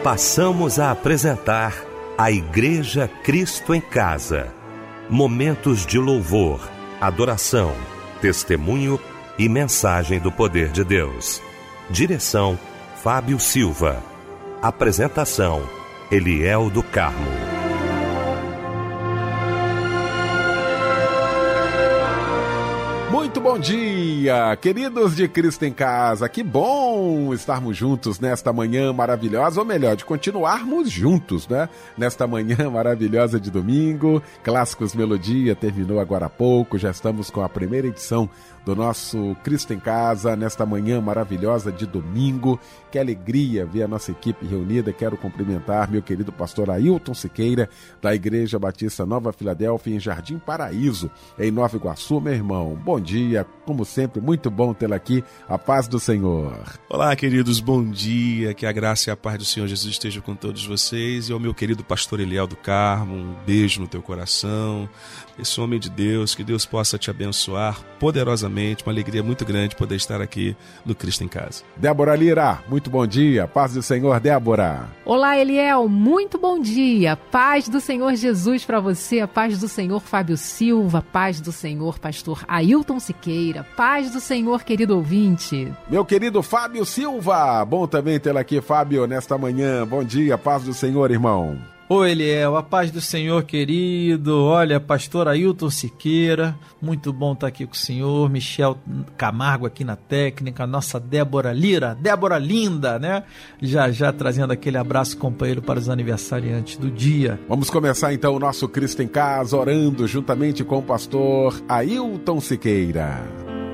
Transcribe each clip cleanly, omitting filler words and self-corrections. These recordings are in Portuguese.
Passamos a apresentar a Igreja Cristo em Casa. Momentos de louvor, adoração, testemunho e mensagem do poder de Deus. Direção, Fábio Silva. Apresentação, Eliel do Carmo. Muito bom dia, queridos de Cristo em Casa. Que bom estarmos juntos nesta manhã maravilhosa, ou melhor, de continuarmos juntos, né? Nesta manhã maravilhosa de domingo. Clássicos Melodia terminou agora há pouco, já estamos com a primeira edição do nosso Cristo em Casa, nesta manhã maravilhosa de domingo. Que alegria ver a nossa equipe reunida. Quero cumprimentar meu querido pastor Ailton Siqueira, da Igreja Batista Nova Filadélfia, em Jardim Paraíso, em Nova Iguaçu. Meu irmão, bom dia, como sempre, muito bom tê-lo aqui. A paz do Senhor. Olá, queridos, bom dia, que a graça e a paz do Senhor Jesus esteja com todos vocês. E ao meu querido pastor Eliel do Carmo, um beijo no teu coração. Esse homem de Deus, que Deus possa te abençoar poderosamente. Uma alegria muito grande poder estar aqui no Cristo em Casa. Débora Lira, muito bom dia, paz do Senhor, Débora. Olá, Eliel, muito bom dia, paz do Senhor Jesus para você, a paz do Senhor Fábio Silva, paz do Senhor pastor Ailton Siqueira, paz do Senhor, querido ouvinte. Meu querido Fábio Silva, bom também tê-lo aqui, Fábio, nesta manhã. Bom dia, paz do Senhor, irmão. Oi, Eliel, a paz do Senhor, querido. Olha, pastor Ailton Siqueira, muito bom estar aqui com o senhor. Michel Camargo aqui na técnica, nossa Débora Lira, Débora linda, né? Já trazendo aquele abraço companheiro para os aniversariantes do dia. Vamos começar então o nosso Cristo em Casa, orando juntamente com o pastor Ailton Siqueira.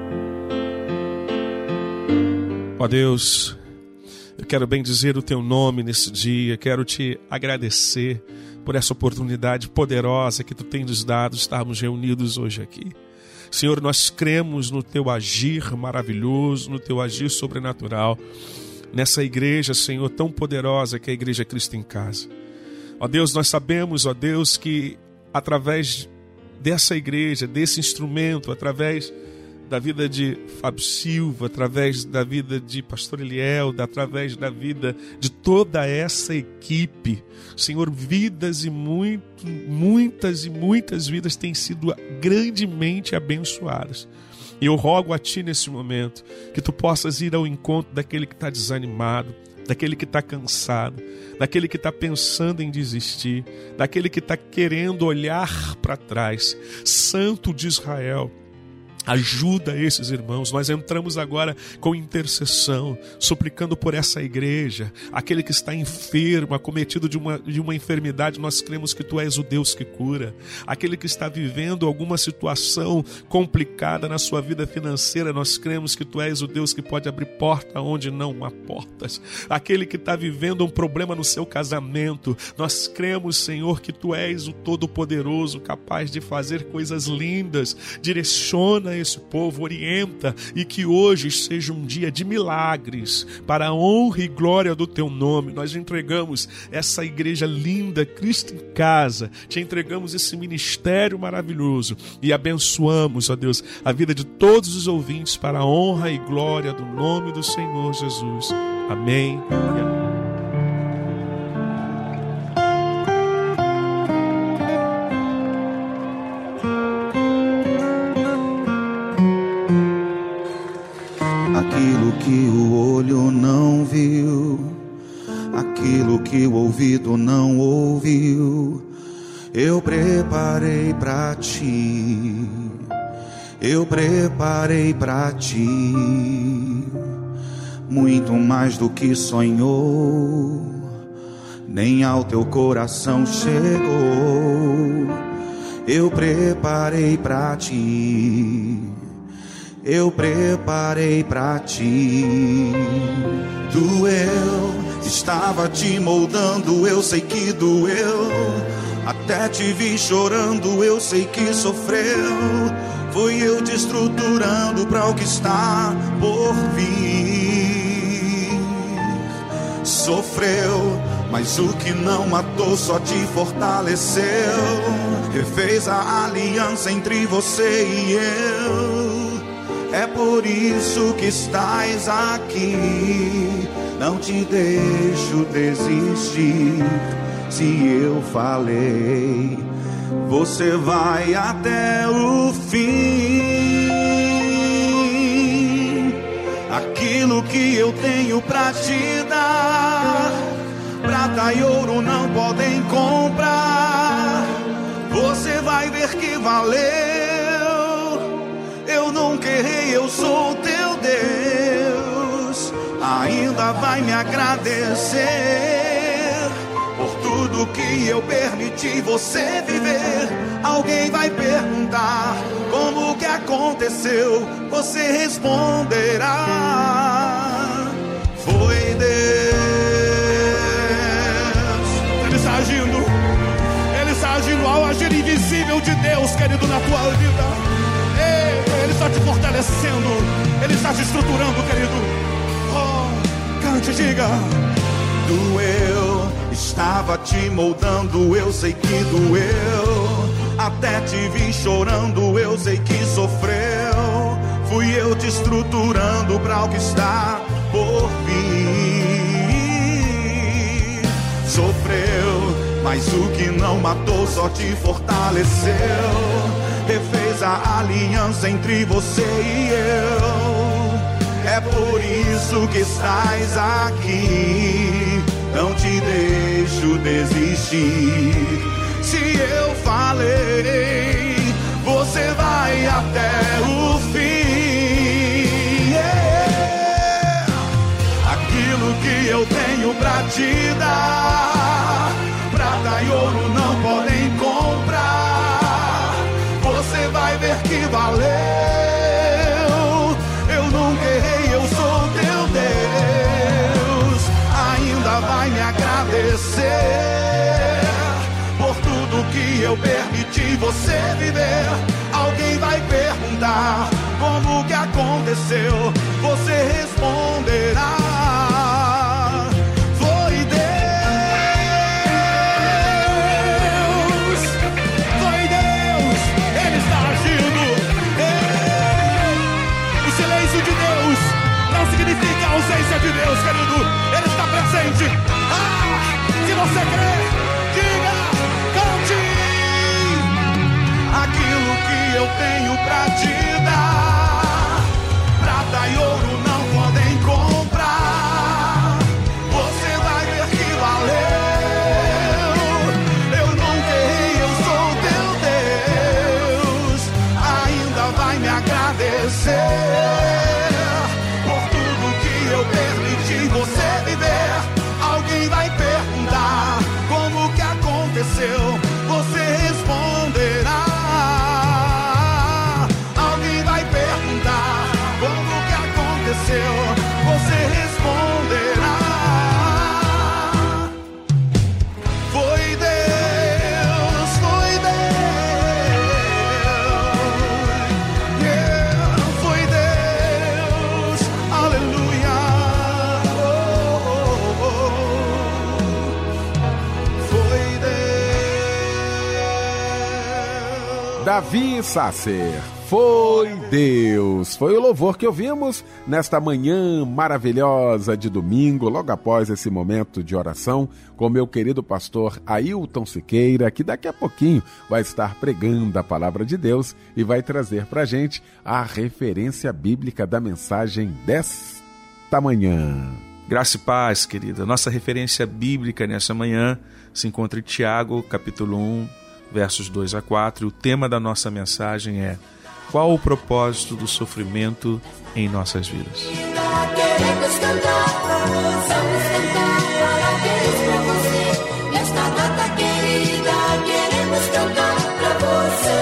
Ó Deus, eu quero bendizer o teu nome nesse dia, quero te agradecer por essa oportunidade poderosa que tu tens nos dado, estarmos reunidos hoje aqui. Senhor, nós cremos no teu agir maravilhoso, no teu agir sobrenatural, nessa igreja, Senhor, tão poderosa que é a Igreja Cristo em Casa. Ó Deus, nós sabemos, ó Deus, que através dessa igreja, desse instrumento, através da vida de Fábio Silva, através da vida de pastor Eliel, através da vida de toda essa equipe, Senhor, vidas e muitas vidas têm sido grandemente abençoadas. E eu rogo a Ti nesse momento, que Tu possas ir ao encontro daquele que está desanimado, daquele que está cansado, daquele que está pensando em desistir, daquele que está querendo olhar para trás. Santo de Israel, ajuda esses irmãos. Nós entramos agora com intercessão, suplicando por essa igreja, aquele que está enfermo, acometido de uma enfermidade, nós cremos que Tu és o Deus que cura. Aquele que está vivendo alguma situação complicada na sua vida financeira, nós cremos que Tu és o Deus que pode abrir porta onde não há portas. Aquele que está vivendo um problema no seu casamento, nós cremos, Senhor, que Tu és o Todo-Poderoso, capaz de fazer coisas lindas. Direciona esse povo, orienta, e que hoje seja um dia de milagres para a honra e glória do Teu nome. Nós entregamos essa igreja linda, Cristo em Casa, te entregamos esse ministério maravilhoso e abençoamos, ó Deus, a vida de todos os ouvintes para a honra e glória do nome do Senhor Jesus. Amém e amém. Aquilo que o olho não viu, aquilo que o ouvido não ouviu, eu preparei pra ti, eu preparei pra ti, muito mais do que sonhou, nem ao teu coração chegou. Eu preparei pra ti, eu preparei pra ti. Doeu, estava te moldando, eu sei que doeu. Até te vi chorando, eu sei que sofreu. Foi eu te estruturando pra o que está por vir. Sofreu, mas o que não matou só te fortaleceu. Refez a aliança entre você e eu. É por isso que estás aqui. Não te deixo desistir. Se eu falei, você vai até o fim. Aquilo que eu tenho pra te dar, prata e ouro não podem comprar. Você vai ver que valeu. Eu nunca errei, eu sou teu Deus. Ainda vai me agradecer por tudo que eu permiti você viver. Alguém vai perguntar como que aconteceu. Você responderá: foi Deus. Ele está agindo. Ele está agindo ao agir invisível de Deus, querido, na tua vida. Ele está te fortalecendo. Ele está te estruturando, querido. Oh, cante, diga. Doeu, estava te moldando, eu sei que doeu. Até te vi chorando, eu sei que sofreu. Fui eu te estruturando para o que está por vir. Sofreu, mas o que não matou só te fortaleceu. Refez a aliança entre você e eu. É por isso que estás aqui. Não te deixo desistir. Se eu falei, você vai até o fim. Aquilo que eu tenho pra te dar, prata e ouro não podem comprar. Você vai ver que valeu. Eu nunca errei, eu sou teu Deus. Ainda vai me agradecer por tudo que eu permiti você viver. Alguém vai perguntar como que aconteceu. Você responderá: foi Deus. Foi Deus. Ele está agindo. O silêncio de Deus não significa a ausência de Deus, querido. Ele está presente. Se você crê, diga, cante. Aquilo que eu tenho pra te dar, prata e ouro não podem comprar. Você vai ver que valeu. Eu nunca errei, eu sou teu Deus. Ainda vai me agradecer por tudo que eu permiti você viver. Alguém vai perguntar como que aconteceu. Você responderá. Alguém vai perguntar como que aconteceu. Você responderá. Foi Deus, foi Deus. Yeah, foi Deus. Aleluia. Foi Deus. Davi Sasser, foi Deus. Foi o louvor que ouvimos nesta manhã maravilhosa de domingo, logo após esse momento de oração, com meu querido pastor Ailton Siqueira, que daqui a pouquinho vai estar pregando a palavra de Deus e vai trazer pra gente a referência bíblica da mensagem desta manhã. Graça e paz, querida. Nossa referência bíblica nessa manhã se encontra em Tiago, capítulo 1, versos 2 a 4. E o tema da nossa mensagem é: qual o propósito do sofrimento em nossas vidas? Queremos cantar, vamos cantar, parabéns pra você. Nesta data querida, queremos cantar pra você.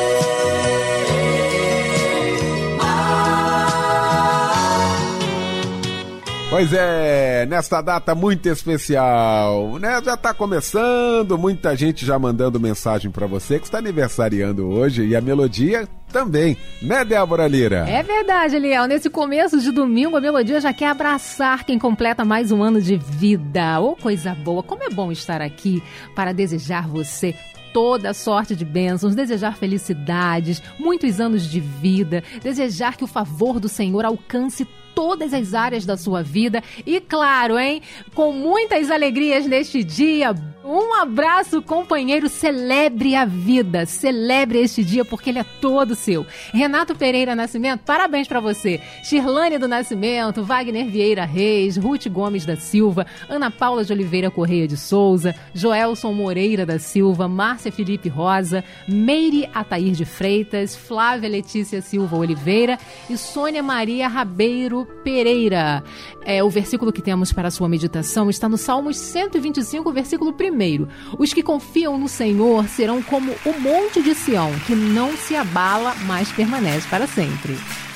Pois é, nesta data muito especial, né? Já está começando, muita gente já mandando mensagem para você que está aniversariando hoje, e a melodia também, né, Débora Lira? É verdade, Eliel. Nesse começo de domingo, a melodia já quer abraçar quem completa mais um ano de vida. Ô, coisa boa! Como é bom estar aqui para desejar você toda sorte de bênçãos, desejar felicidades, muitos anos de vida, desejar que o favor do Senhor alcance todas as áreas da sua vida e, claro, com muitas alegrias neste dia. Um abraço, companheiro, celebre a vida, celebre este dia porque ele é todo seu. Renato Pereira Nascimento, parabéns pra você. Shirlane do Nascimento, Wagner Vieira Reis, Ruth Gomes da Silva, Ana Paula de Oliveira Correia de Souza, Joelson Moreira da Silva, Márcia Felipe Rosa, Meire Atair de Freitas, Flávia Letícia Silva Oliveira e Sônia Maria Rabeiro Pereira. O versículo que temos para a sua meditação está no Salmos 125, versículo 1. Os que confiam no Senhor serão como o monte de Sião, que não se abala, mas permanece para sempre.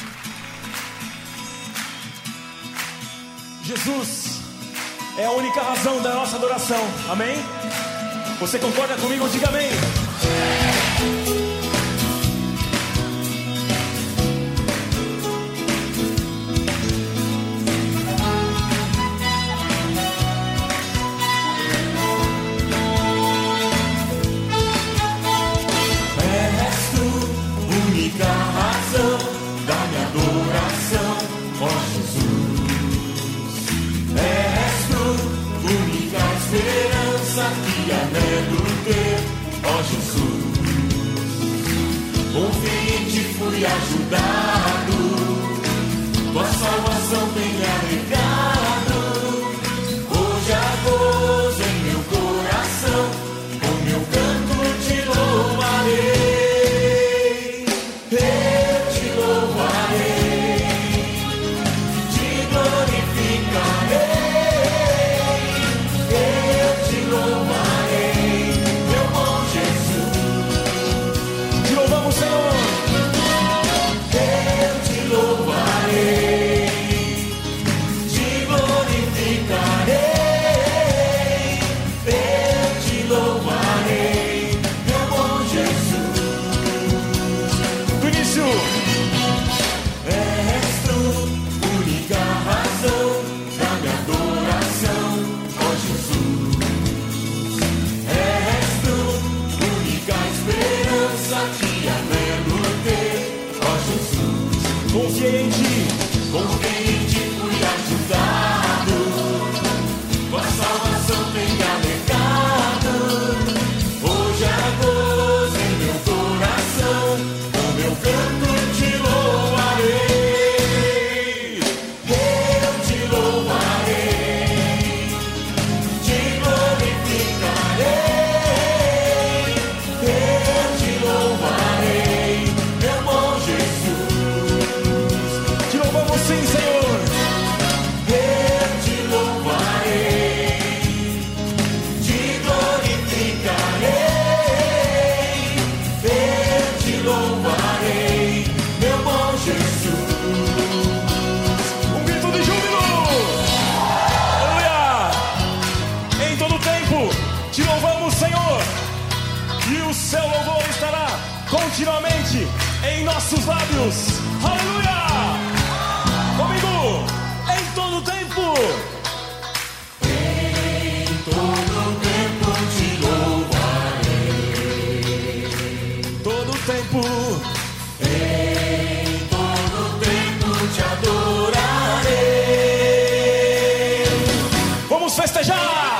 Jesus é a única razão da nossa adoração. Amém? Você concorda comigo? Diga amém. Fui ajudado, tua salvação tem me alegrado. Hoje há gozo em meu coração, com meu canto te louvarei. Eu te louvarei, te glorificarei. Eu te louvarei, meu bom Jesus. Te louvamos, Senhor. Confiei em ti, fui ajudado, tua salvação tem me alegrado. Hoje há gozo em meu coração, com meu canto te louvarei. Eu te louvarei, te glorificarei. Eu te louvarei, meu bom Jesus. Sim, Senhor. Eu te louvarei, te glorificarei. Eu te louvarei, meu bom Jesus. Um grito de júbilo. Aleluia. Em todo tempo te louvamos, Senhor, e o seu louvor estará continuamente em nossos lábios. Aleluia. Comigo, em todo tempo. Em todo tempo te louvarei. Todo tempo. Em todo tempo te adorarei. Vamos festejar.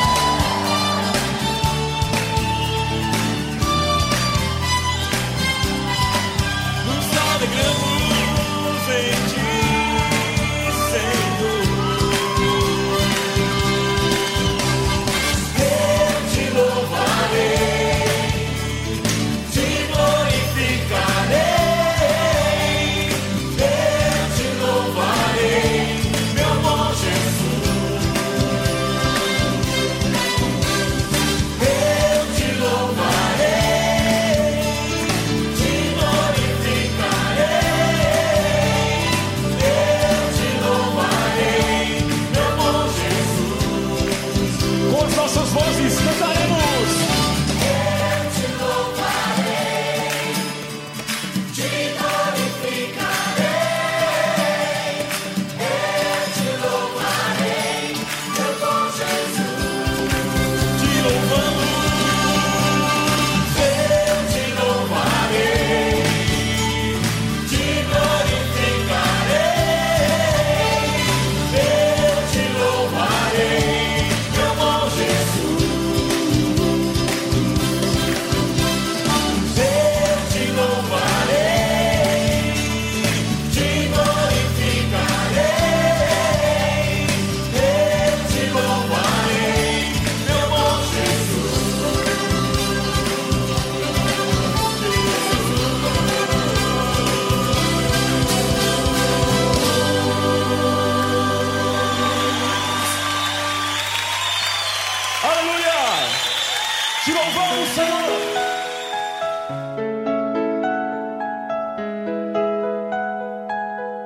Nos alegramos em ti.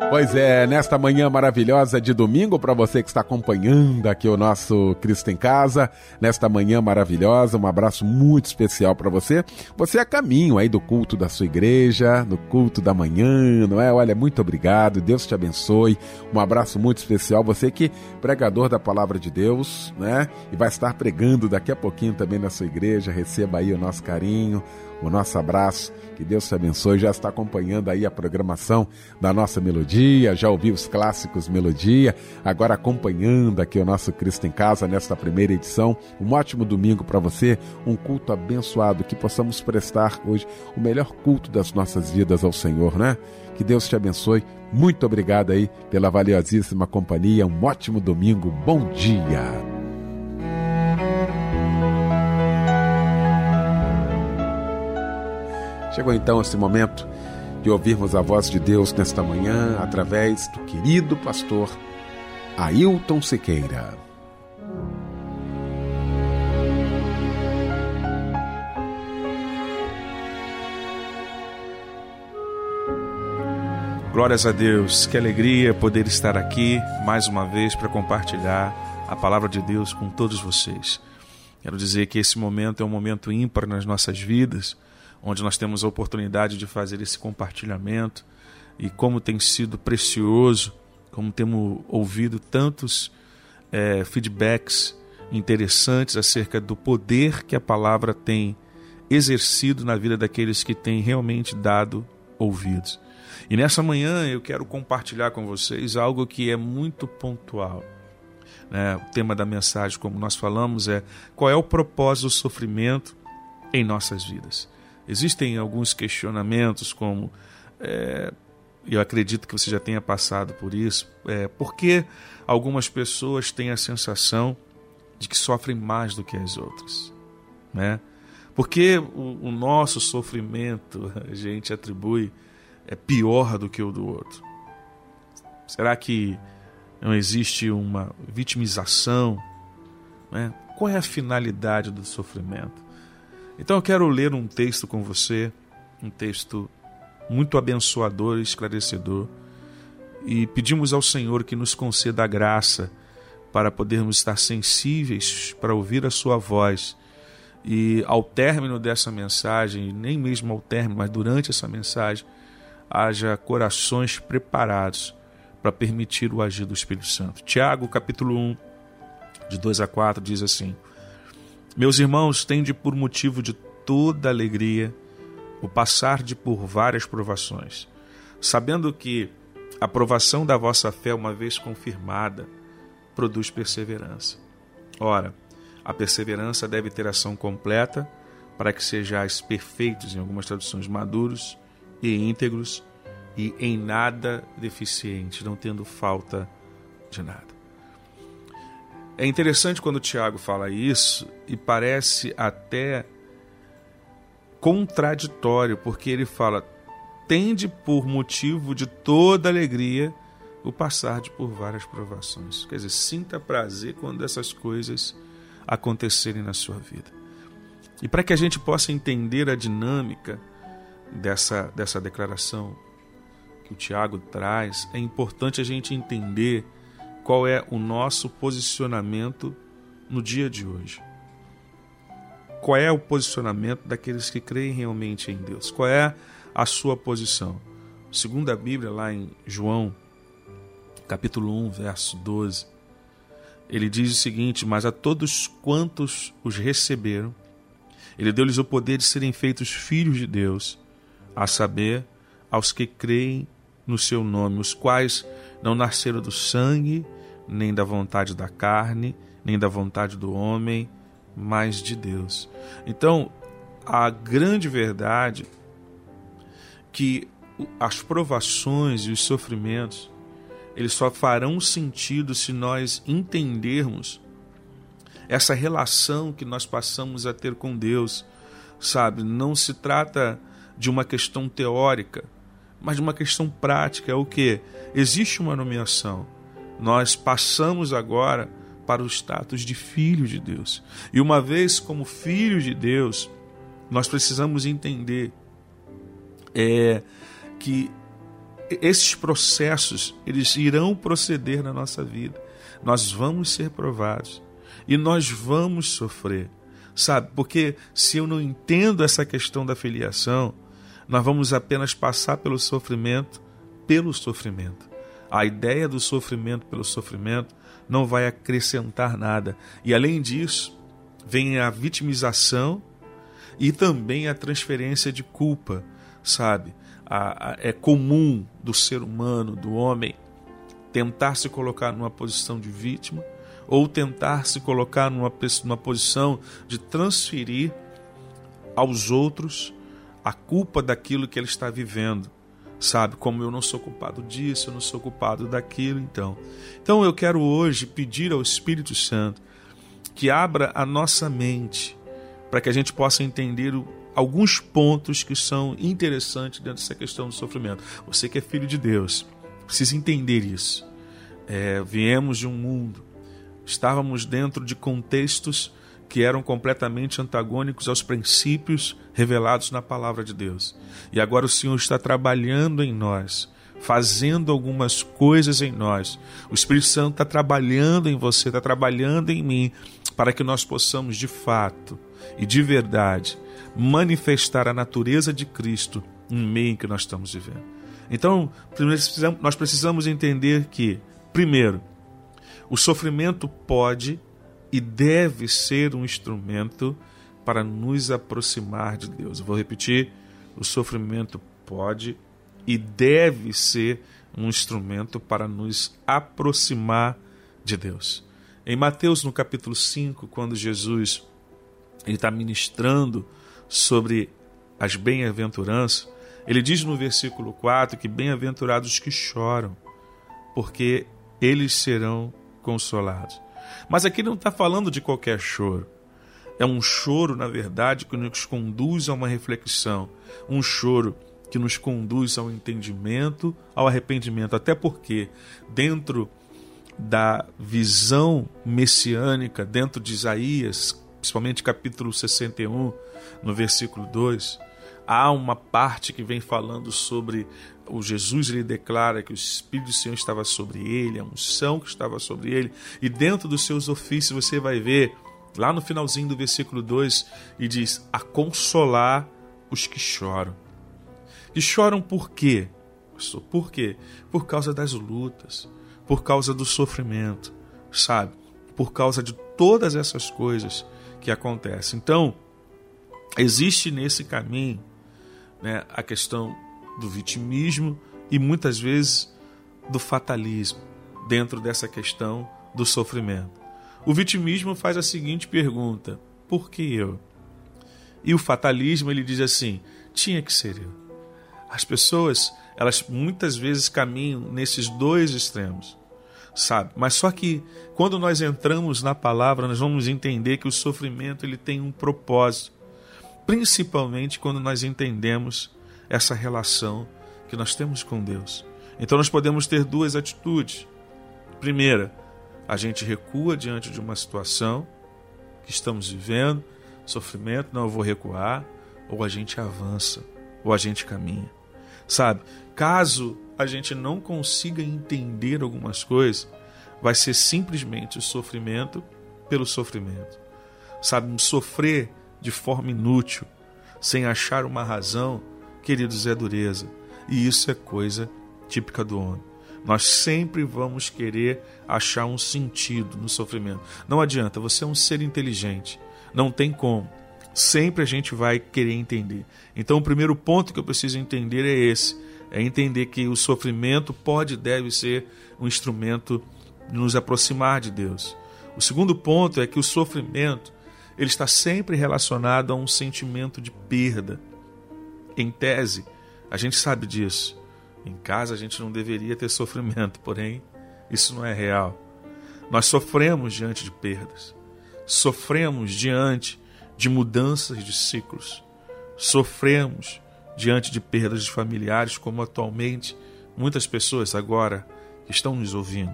Pois é, nesta manhã maravilhosa de domingo, para você que está acompanhando aqui o nosso Cristo em Casa, nesta manhã maravilhosa, um abraço muito especial para você. Você é a caminho aí do culto da sua igreja, do culto da manhã, não é? Olha, muito obrigado, Deus te abençoe, um abraço muito especial. Você que é pregador da Palavra de Deus, né? E vai estar pregando daqui a pouquinho também na sua igreja, receba aí o nosso carinho, o nosso abraço, que Deus te abençoe. Já está acompanhando aí a programação da nossa Melodia, já ouviu os clássicos Melodia, agora acompanhando aqui o nosso Cristo em Casa nesta primeira edição. Um ótimo domingo para você, um culto abençoado, que possamos prestar hoje o melhor culto das nossas vidas ao Senhor, né? Que Deus te abençoe. Muito obrigado aí pela valiosíssima companhia, um ótimo domingo, bom dia. Chegou então esse momento de ouvirmos a voz de Deus nesta manhã através do querido pastor Ailton Siqueira. Glórias a Deus, que alegria poder estar aqui mais uma vez para compartilhar a palavra de Deus com todos vocês. Quero dizer que esse momento é um momento ímpar nas nossas vidas, onde nós temos a oportunidade de fazer esse compartilhamento, e como tem sido precioso, como temos ouvido tantos feedbacks interessantes acerca do poder que a palavra tem exercido na vida daqueles que têm realmente dado ouvidos. E nessa manhã eu quero compartilhar com vocês algo que é muito pontual. O tema da mensagem, como nós falamos, é: qual é o propósito do sofrimento em nossas vidas? Existem alguns questionamentos, como, eu acredito que você já tenha passado por isso, por que algumas pessoas têm a sensação de que sofrem mais do que as outras? Né? Por que o nosso sofrimento a gente atribui pior do que o do outro? Será que não existe uma vitimização? Né? Qual é a finalidade do sofrimento? Então eu quero ler um texto com você, um texto muito abençoador e esclarecedor, e pedimos ao Senhor que nos conceda a graça para podermos estar sensíveis para ouvir a sua voz, e ao término dessa mensagem, nem mesmo ao término, mas durante essa mensagem, haja corações preparados para permitir o agir do Espírito Santo. Tiago, capítulo 1, de 2 a 4, diz assim: Meus irmãos, tende por motivo de toda alegria o passar-de por várias provações, sabendo que a provação da vossa fé, uma vez confirmada, produz perseverança. Ora, a perseverança deve ter ação completa, para que sejais perfeitos, em algumas traduções, maduros e íntegros, e em nada deficientes, não tendo falta de nada. É interessante quando o Tiago fala isso, e parece até contraditório, porque ele fala: tende por motivo de toda alegria o passar de por várias provações. Quer dizer, sinta prazer quando essas coisas acontecerem na sua vida. E para que a gente possa entender a dinâmica dessa declaração que o Tiago traz, é importante a gente entender qual é o nosso posicionamento no dia de hoje. Qual é o posicionamento daqueles que creem realmente em Deus? Qual é a sua posição? Segundo a Bíblia, lá em João, capítulo 1, verso 12, ele diz o seguinte: mas a todos quantos os receberam, ele deu-lhes o poder de serem feitos filhos de Deus, a saber, aos que creem no seu nome, os quais não nasceram do sangue, nem da vontade da carne, nem da vontade do homem, mas de Deus. Então, a grande verdade é que as provações e os sofrimentos, eles só farão sentido se nós entendermos essa relação que nós passamos a ter com Deus, sabe? Não se trata de uma questão teórica, mas de uma questão prática. É o que? Existe uma nomeação. Nós passamos agora para o status de filho de Deus. E uma vez como filho de Deus, nós precisamos entender que esses processos, eles irão proceder na nossa vida. Nós vamos ser provados e nós vamos sofrer, sabe? Porque se eu não entendo essa questão da filiação, nós vamos apenas passar pelo sofrimento. A ideia do sofrimento pelo sofrimento não vai acrescentar nada. E além disso, vem a vitimização e também a transferência de culpa, sabe? É comum do ser humano, do homem, tentar se colocar numa posição de vítima ou tentar se colocar numa posição de transferir aos outros a culpa daquilo que ele está vivendo, sabe? Como eu não sou culpado disso, eu não sou culpado daquilo, então eu quero hoje pedir ao Espírito Santo que abra a nossa mente para que a gente possa entender alguns pontos que são interessantes dentro dessa questão do sofrimento. Você que é filho de Deus, precisa entender isso. Viemos de um mundo, estávamos dentro de contextos que eram completamente antagônicos aos princípios revelados na palavra de Deus. E agora o Senhor está trabalhando em nós, fazendo algumas coisas em nós. O Espírito Santo está trabalhando em você, está trabalhando em mim, para que nós possamos de fato e de verdade manifestar a natureza de Cristo no meio em que nós estamos vivendo. Então, nós precisamos entender que, primeiro, o sofrimento pode e deve ser um instrumento para nos aproximar de Deus. Eu vou repetir: o sofrimento pode e deve ser um instrumento para nos aproximar de Deus. Em Mateus, no capítulo 5, quando Jesus está ministrando sobre as bem-aventuranças, ele diz no versículo 4 que bem-aventurados que choram, porque eles serão consolados. Mas aqui não está falando de qualquer choro. É um choro, na verdade, que nos conduz a uma reflexão. Um choro que nos conduz ao entendimento, ao arrependimento. Até porque, dentro da visão messiânica, dentro de Isaías, principalmente capítulo 61, no versículo 2, há uma parte que vem falando sobre o Jesus. Ele declara que o Espírito do Senhor estava sobre ele, a unção que estava sobre ele, e dentro dos seus ofícios você vai ver, lá no finalzinho do versículo 2, e diz: a consolar os que choram. E choram por quê? Por quê? Por causa das lutas, por causa do sofrimento, sabe? Por causa de todas essas coisas que acontecem. Então, existe nesse caminho, né, a questão do vitimismo e muitas vezes do fatalismo dentro dessa questão do sofrimento. O vitimismo faz a seguinte pergunta: por que eu? E o fatalismo, ele diz assim: tinha que ser eu. As pessoas, elas muitas vezes caminham nesses dois extremos, sabe? Mas só que quando nós entramos na palavra, nós vamos entender que o sofrimento, ele tem um propósito, principalmente quando nós entendemos essa relação que nós temos com Deus. Então nós podemos ter duas atitudes. Primeira, a gente recua diante de uma situação que estamos vivendo, sofrimento, não, eu vou recuar, ou a gente avança, ou a gente caminha, sabe? Caso a gente não consiga entender algumas coisas, vai ser simplesmente o sofrimento pelo sofrimento, sabe? Sofrer de forma inútil, sem achar uma razão, queridos, é dureza. E isso é coisa típica do homem. Nós sempre vamos querer achar um sentido no sofrimento. Não adianta, você é um ser inteligente, não tem como. Sempre a gente vai querer entender. Então o primeiro ponto que eu preciso entender é esse: é entender que o sofrimento pode e deve ser um instrumento de nos aproximar de Deus. O segundo ponto é que o sofrimento, ele está sempre relacionado a um sentimento de perda. Em tese, a gente sabe disso. Em casa a gente não deveria ter sofrimento, porém, isso não é real. Nós sofremos diante de perdas. Sofremos diante de mudanças de ciclos. Sofremos diante de perdas de familiares, como atualmente muitas pessoas agora estão nos ouvindo.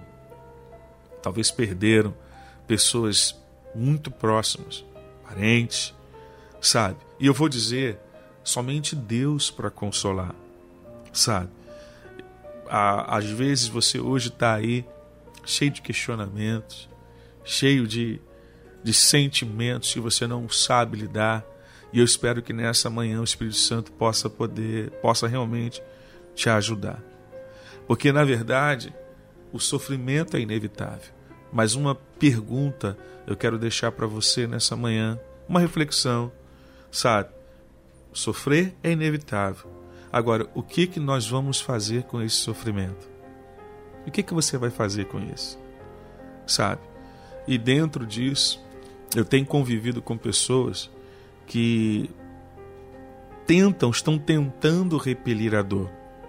Talvez perderam pessoas muito próximas, parentes, sabe? E eu vou dizer, somente Deus para consolar, sabe? Às vezes você hoje está aí cheio de questionamentos, cheio de sentimentos que você não sabe lidar. E eu espero que nessa manhã o Espírito Santo possa realmente te ajudar. Porque, na verdade, o sofrimento é inevitável. Mas uma pergunta eu quero deixar para você nessa manhã, uma reflexão, sabe? Sofrer é inevitável. Agora, o que nós vamos fazer com esse sofrimento? O que você vai fazer com isso? Sabe? E dentro disso, eu tenho convivido com pessoas que estão tentando repelir a dor.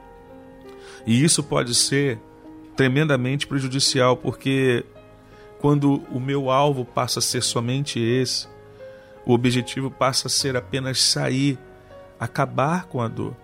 E isso pode ser tremendamente prejudicial, porque quando o meu alvo passa a ser somente esse, o objetivo passa a ser apenas sair, acabar com a dor.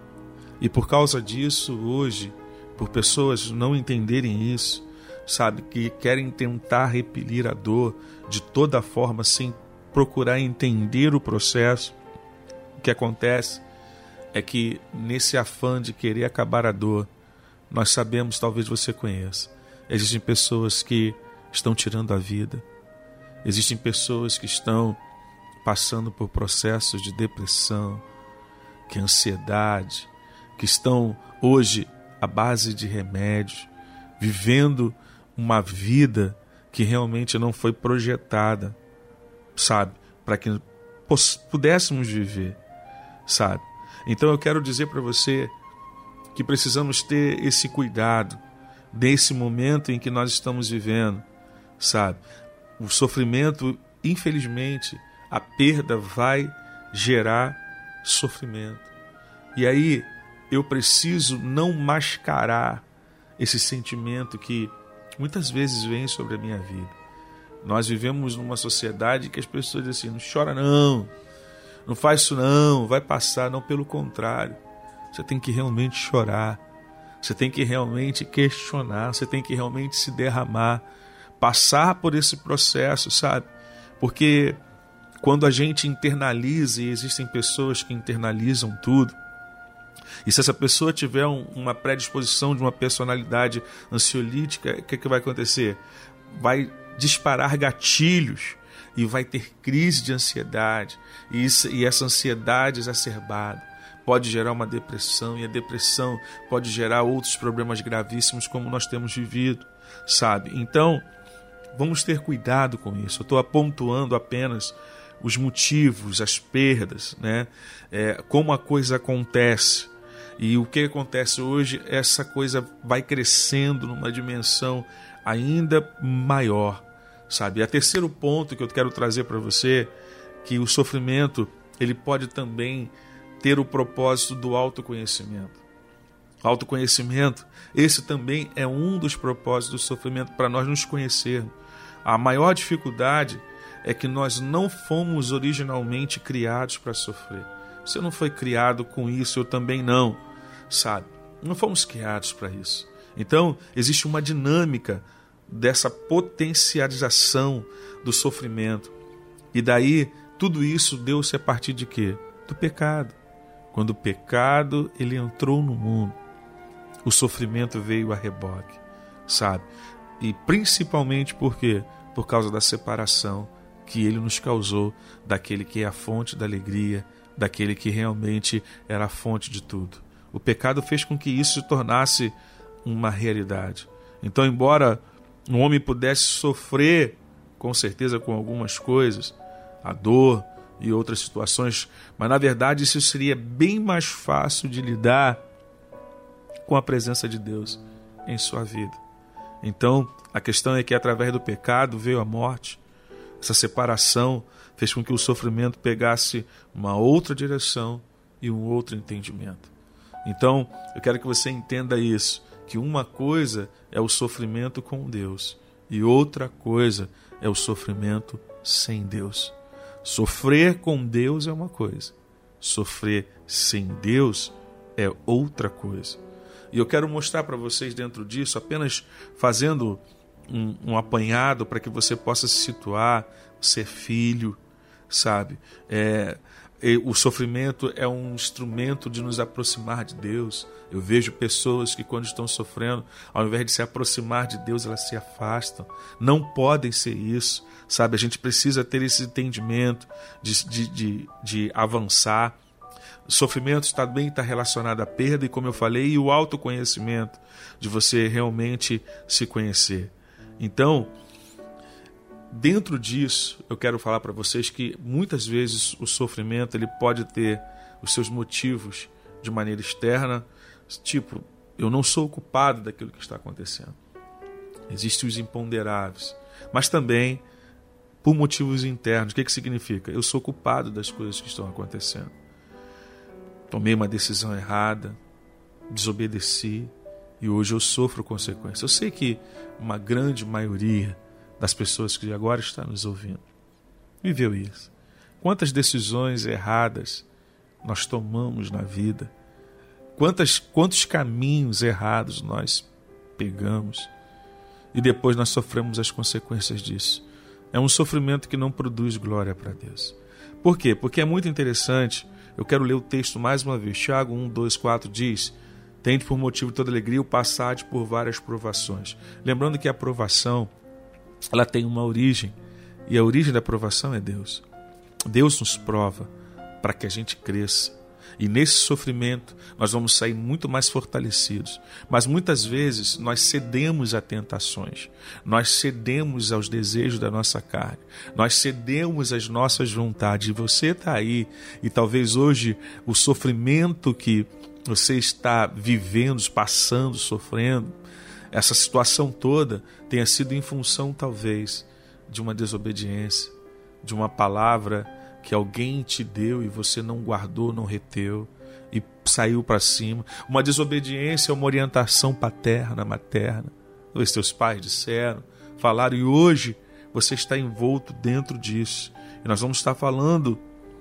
E por causa disso, hoje, por pessoas não entenderem isso, sabe, que querem tentar repelir a dor de toda forma, sem procurar entender o processo, o que acontece é que nesse afã de querer acabar a dor, nós sabemos, talvez você conheça, existem pessoas que estão tirando a vida, existem pessoas que estão passando por processos de depressão, que ansiedade, que estão hoje à base de remédios, vivendo uma vida que realmente não foi projetada, sabe, para que pudéssemos viver, sabe? Então eu quero dizer para você que precisamos ter esse cuidado nesse momento em que nós estamos vivendo, sabe? O sofrimento, infelizmente, a perda vai gerar sofrimento. E aí eu preciso não mascarar esse sentimento que muitas vezes vem sobre a minha vida. Nós vivemos numa sociedade que as pessoas dizem assim, não chora não faz isso não, vai passar. Não, pelo contrário, você tem que realmente chorar, você tem que realmente questionar, você tem que realmente se derramar, passar por esse processo, sabe? Porque quando a gente internaliza, e existem pessoas que internalizam tudo, e se essa pessoa tiver uma predisposição de uma personalidade ansiolítica, o que vai acontecer? Vai disparar gatilhos e vai ter crise de ansiedade. E essa ansiedade exacerbada pode gerar uma depressão, e a depressão pode gerar outros problemas gravíssimos como nós temos vivido, sabe? Então, vamos ter cuidado com isso. Eu estou pontuando apenas os motivos, as perdas, né? Como a coisa acontece. E o que acontece hoje, essa coisa vai crescendo numa dimensão ainda maior, sabe? E o terceiro ponto que eu quero trazer para você, que o sofrimento, ele pode também ter o propósito do autoconhecimento. Autoconhecimento, esse também é um dos propósitos do sofrimento, para nós nos conhecermos. A maior dificuldade é que nós não fomos originalmente criados para sofrer. Você não foi criado com isso, eu também não, sabe? Não fomos criados para isso. Então, existe uma dinâmica dessa potencialização do sofrimento. E daí, tudo isso deu-se a partir de quê? Do pecado. Quando o pecado ele entrou no mundo, o sofrimento veio a reboque, sabe? E principalmente por quê? Por causa da separação que ele nos causou daquele que é a fonte da alegria, daquele que realmente era a fonte de tudo. O pecado fez com que isso se tornasse uma realidade. Então, embora um homem pudesse sofrer, com certeza, com algumas coisas, a dor e outras situações, mas na verdade isso seria bem mais fácil de lidar com a presença de Deus em sua vida. Então, a questão é que através do pecado veio a morte. Essa separação fez com que o sofrimento pegasse uma outra direção e um outro entendimento. Então, eu quero que você entenda isso, que uma coisa é o sofrimento com Deus e outra coisa é o sofrimento sem Deus. Sofrer com Deus é uma coisa, sofrer sem Deus é outra coisa. E eu quero mostrar para vocês dentro disso, apenas fazendo um apanhado para que você possa se situar, ser filho, sabe? o sofrimento é um instrumento de nos aproximar de Deus. Eu vejo pessoas que, quando estão sofrendo, ao invés de se aproximar de Deus, elas se afastam. Não podem ser isso, sabe? A gente precisa ter esse entendimento de avançar. O sofrimento também está relacionado à perda, e como eu falei, e o autoconhecimento, de você realmente se conhecer. Então, dentro disso, eu quero falar para vocês que muitas vezes o sofrimento ele pode ter os seus motivos de maneira externa, tipo, eu não sou o culpado daquilo que está acontecendo. Existem os imponderáveis, mas também por motivos internos. O que significa? Eu sou culpado das coisas que estão acontecendo. Tomei uma decisão errada, desobedeci, e hoje eu sofro consequências. Eu sei que uma grande maioria das pessoas que agora estão nos ouvindo viveu isso. Quantas decisões erradas nós tomamos na vida, quantos caminhos errados nós pegamos, e depois nós sofremos as consequências disso. É um sofrimento que não produz glória para Deus. Por quê? Porque é muito interessante. Eu quero ler o texto mais uma vez. Tiago 1, 2, 4 diz: tende por motivo de toda alegria o passar por várias provações. Lembrando que a provação, ela tem uma origem, e a origem da provação é Deus. Deus nos prova para que a gente cresça, e nesse sofrimento nós vamos sair muito mais fortalecidos. Mas muitas vezes nós cedemos a tentações, nós cedemos aos desejos da nossa carne, nós cedemos às nossas vontades. E você está aí, e talvez hoje o sofrimento que você está vivendo, passando, sofrendo, essa situação toda tenha sido em função, talvez, de uma desobediência, de uma palavra que alguém te deu e você não guardou, não reteu, e saiu para cima. Uma desobediência é uma orientação paterna, materna. Os teus pais disseram, falaram, e hoje você está envolto dentro disso. E nós vamos estar falando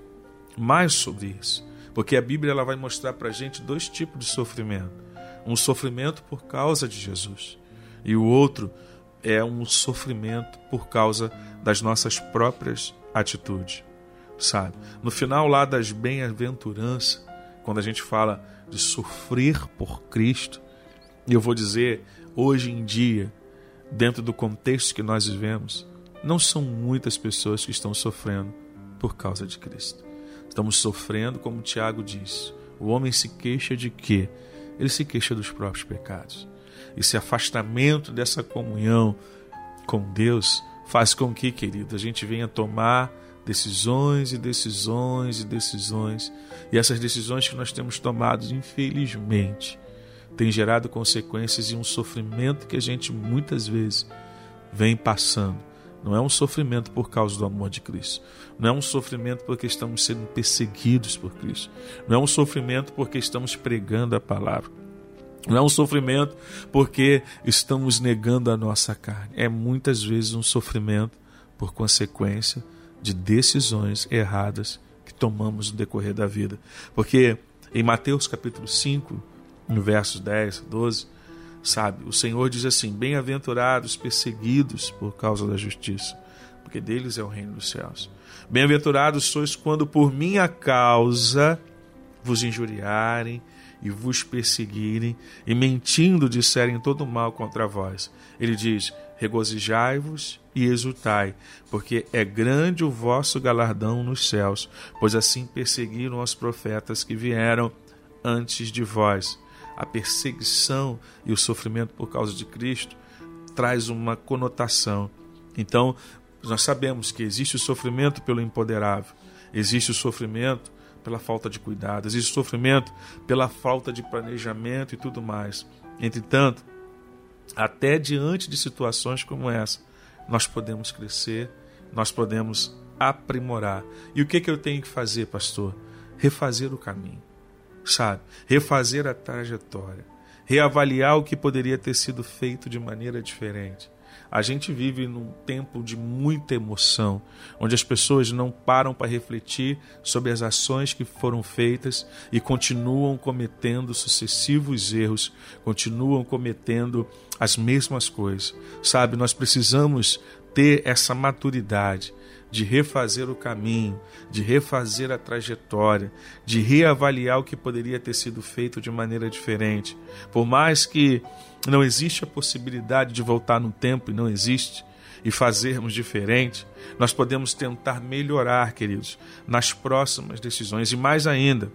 mais sobre isso, porque a Bíblia ela vai mostrar para a gente dois tipos de sofrimento. Um sofrimento por causa de Jesus, e o outro é um sofrimento por causa das nossas próprias atitudes, sabe? No final lá das bem-aventuranças, quando a gente fala de sofrer por Cristo, e eu vou dizer, hoje em dia, dentro do contexto que nós vivemos, não são muitas pessoas que estão sofrendo por causa de Cristo. Estamos sofrendo, como Tiago diz, o homem se queixa de quê? Ele se queixa dos próprios pecados. Esse afastamento dessa comunhão com Deus faz com que, querido, a gente venha tomar decisões e decisões e decisões. E essas decisões que nós temos tomado, infelizmente, têm gerado consequências e um sofrimento que a gente muitas vezes vem passando. Não é um sofrimento por causa do amor de Cristo. Não é um sofrimento porque estamos sendo perseguidos por Cristo. Não é um sofrimento porque estamos pregando a palavra. Não é um sofrimento porque estamos negando a nossa carne. É muitas vezes um sofrimento por consequência de decisões erradas que tomamos no decorrer da vida. Porque em Mateus capítulo 5, no versos 10, 12, sabe, o Senhor diz assim: bem-aventurados perseguidos por causa da justiça, porque deles é o reino dos céus. Bem-aventurados sois quando por minha causa vos injuriarem e vos perseguirem e mentindo disserem todo mal contra vós. Ele diz: regozijai-vos e exultai, porque é grande o vosso galardão nos céus, pois assim perseguiram os profetas que vieram antes de vós. A perseguição e o sofrimento por causa de Cristo traz uma conotação. Então, nós sabemos que existe o sofrimento pelo imponderável, existe o sofrimento pela falta de cuidado, existe o sofrimento pela falta de planejamento e tudo mais. Entretanto, até diante de situações como essa, nós podemos crescer, nós podemos aprimorar. E o que eu tenho que fazer, pastor? Refazer o caminho, sabe? Refazer a trajetória, reavaliar o que poderia ter sido feito de maneira diferente. A gente vive num tempo de muita emoção, onde as pessoas não param para refletir sobre as ações que foram feitas e continuam cometendo sucessivos erros, continuam cometendo as mesmas coisas. Sabe, nós precisamos ter essa maturidade de refazer o caminho, de refazer a trajetória, de reavaliar o que poderia ter sido feito de maneira diferente. Por mais que não existe a possibilidade de voltar no tempo, e não existe, e fazermos diferente, nós podemos tentar melhorar, queridos, nas próximas decisões. E mais ainda,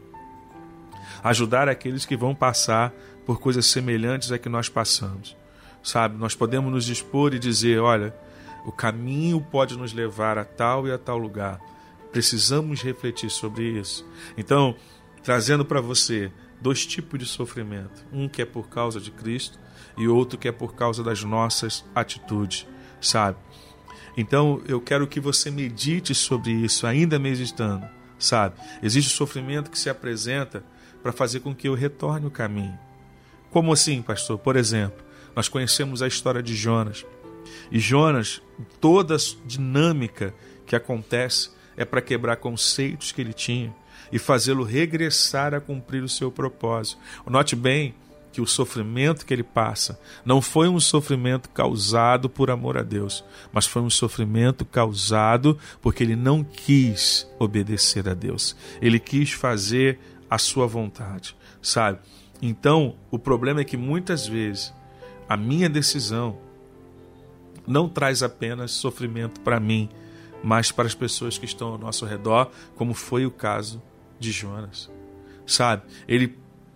ajudar aqueles que vão passar por coisas semelhantes a que nós passamos. Sabe, nós podemos nos dispor e dizer, olha, o caminho pode nos levar a tal e a tal lugar. Precisamos refletir sobre isso. Então, trazendo para você 2 tipos de sofrimento. Um que é por causa de Cristo e outro que é por causa das nossas atitudes, sabe? Então, eu quero que você medite sobre isso, ainda meditando, sabe? Existe sofrimento que se apresenta para fazer com que eu retorne o caminho. Como assim, pastor? Por exemplo, nós conhecemos a história de Jonas. E Jonas, toda a dinâmica que acontece é para quebrar conceitos que ele tinha e fazê-lo regressar a cumprir o seu propósito. Note bem que o sofrimento que ele passa não foi um sofrimento causado por amor a Deus, mas foi um sofrimento causado porque ele não quis obedecer a Deus. Ele quis fazer a sua vontade, sabe? Então, o problema é que muitas vezes a minha decisão não traz apenas sofrimento para mim, mas para as pessoas que estão ao nosso redor, como foi o caso de Jonas. Sabe? Ele,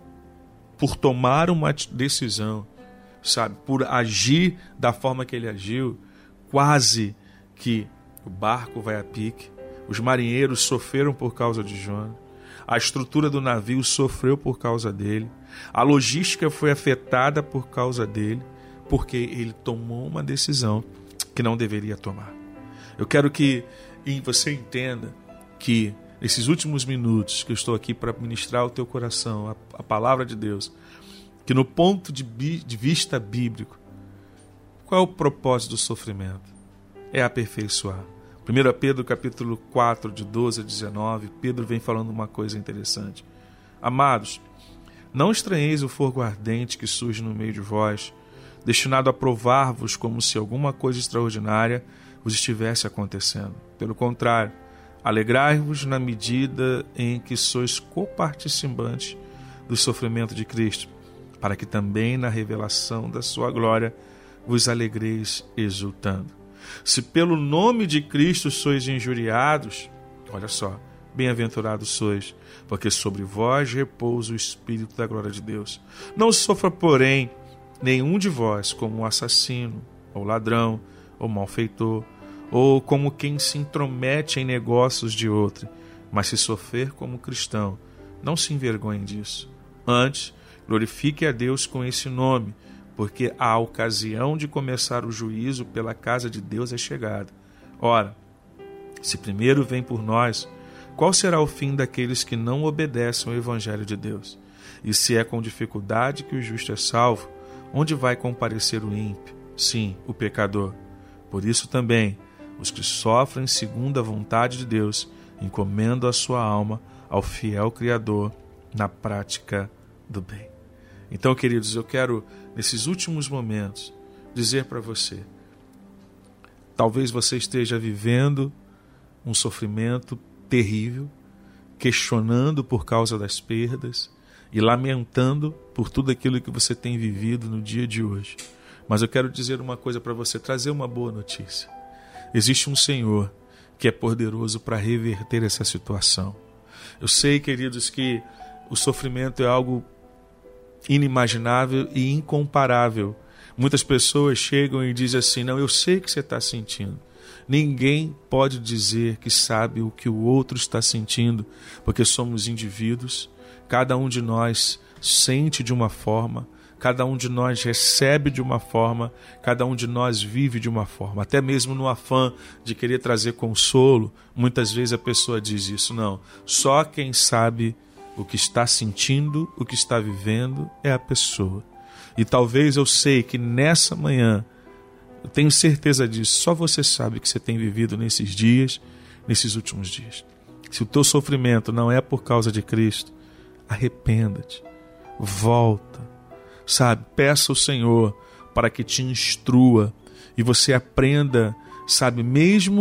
por tomar uma decisão, sabe, por agir da forma que ele agiu, quase que o barco vai a pique. Os marinheiros sofreram por causa de Jonas. A estrutura do navio sofreu por causa dele. A logística foi afetada por causa dele, porque ele tomou uma decisão que não deveria tomar. Eu quero que você entenda que nesses últimos minutos que eu estou aqui para ministrar ao teu coração a palavra de Deus, que no ponto de vista bíblico, qual é o propósito do sofrimento? É aperfeiçoar. 1 Pedro capítulo 4, de 12 a 19, Pedro vem falando uma coisa interessante. Amados, não estranheis o fogo ardente que surge no meio de vós, destinado a provar-vos como se alguma coisa extraordinária vos estivesse acontecendo. Pelo contrário, alegrai-vos na medida em que sois coparticipantes do sofrimento de Cristo, para que também na revelação da sua glória vos alegreis exultando. Se pelo nome de Cristo sois injuriados, olha só, bem-aventurados sois, porque sobre vós repousa o Espírito da glória de Deus. Não sofra, porém, nenhum de vós como um assassino, ou ladrão, ou malfeitor, ou como quem se intromete em negócios de outro, mas se sofrer como cristão, não se envergonhe disso. Antes, glorifique a Deus com esse nome, porque a ocasião de começar o juízo pela casa de Deus é chegada. Ora, se primeiro vem por nós, qual será o fim daqueles que não obedecem ao Evangelho de Deus? E se é com dificuldade que o justo é salvo, onde vai comparecer o ímpio? Sim, o pecador. Por isso também, os que sofrem segundo a vontade de Deus, encomendam a sua alma ao fiel Criador na prática do bem. Então, queridos, eu quero, nesses últimos momentos, dizer para você, talvez você esteja vivendo um sofrimento terrível, questionando por causa das perdas e lamentando por tudo aquilo que você tem vivido no dia de hoje. Mas eu quero dizer uma coisa para você, trazer uma boa notícia. Existe um Senhor que é poderoso para reverter essa situação. Eu sei, queridos, que o sofrimento é algo inimaginável e incomparável. Muitas pessoas chegam e dizem assim, não, eu sei o que você está sentindo. Ninguém pode dizer que sabe o que o outro está sentindo, porque somos indivíduos, cada um de nós sente de uma forma, cada um de nós recebe de uma forma, cada um de nós vive de uma forma. Até mesmo no afã de querer trazer consolo, muitas vezes a pessoa diz isso. Não, só quem sabe o que está sentindo, o que está vivendo é a pessoa. E talvez eu sei que nessa manhã, eu tenho certeza disso, só você sabe o que você tem vivido nesses dias, nesses últimos dias. Se o teu sofrimento não é por causa de Cristo, arrependa-te, volta, sabe? Peça ao Senhor para que te instrua e você aprenda, sabe? Mesmo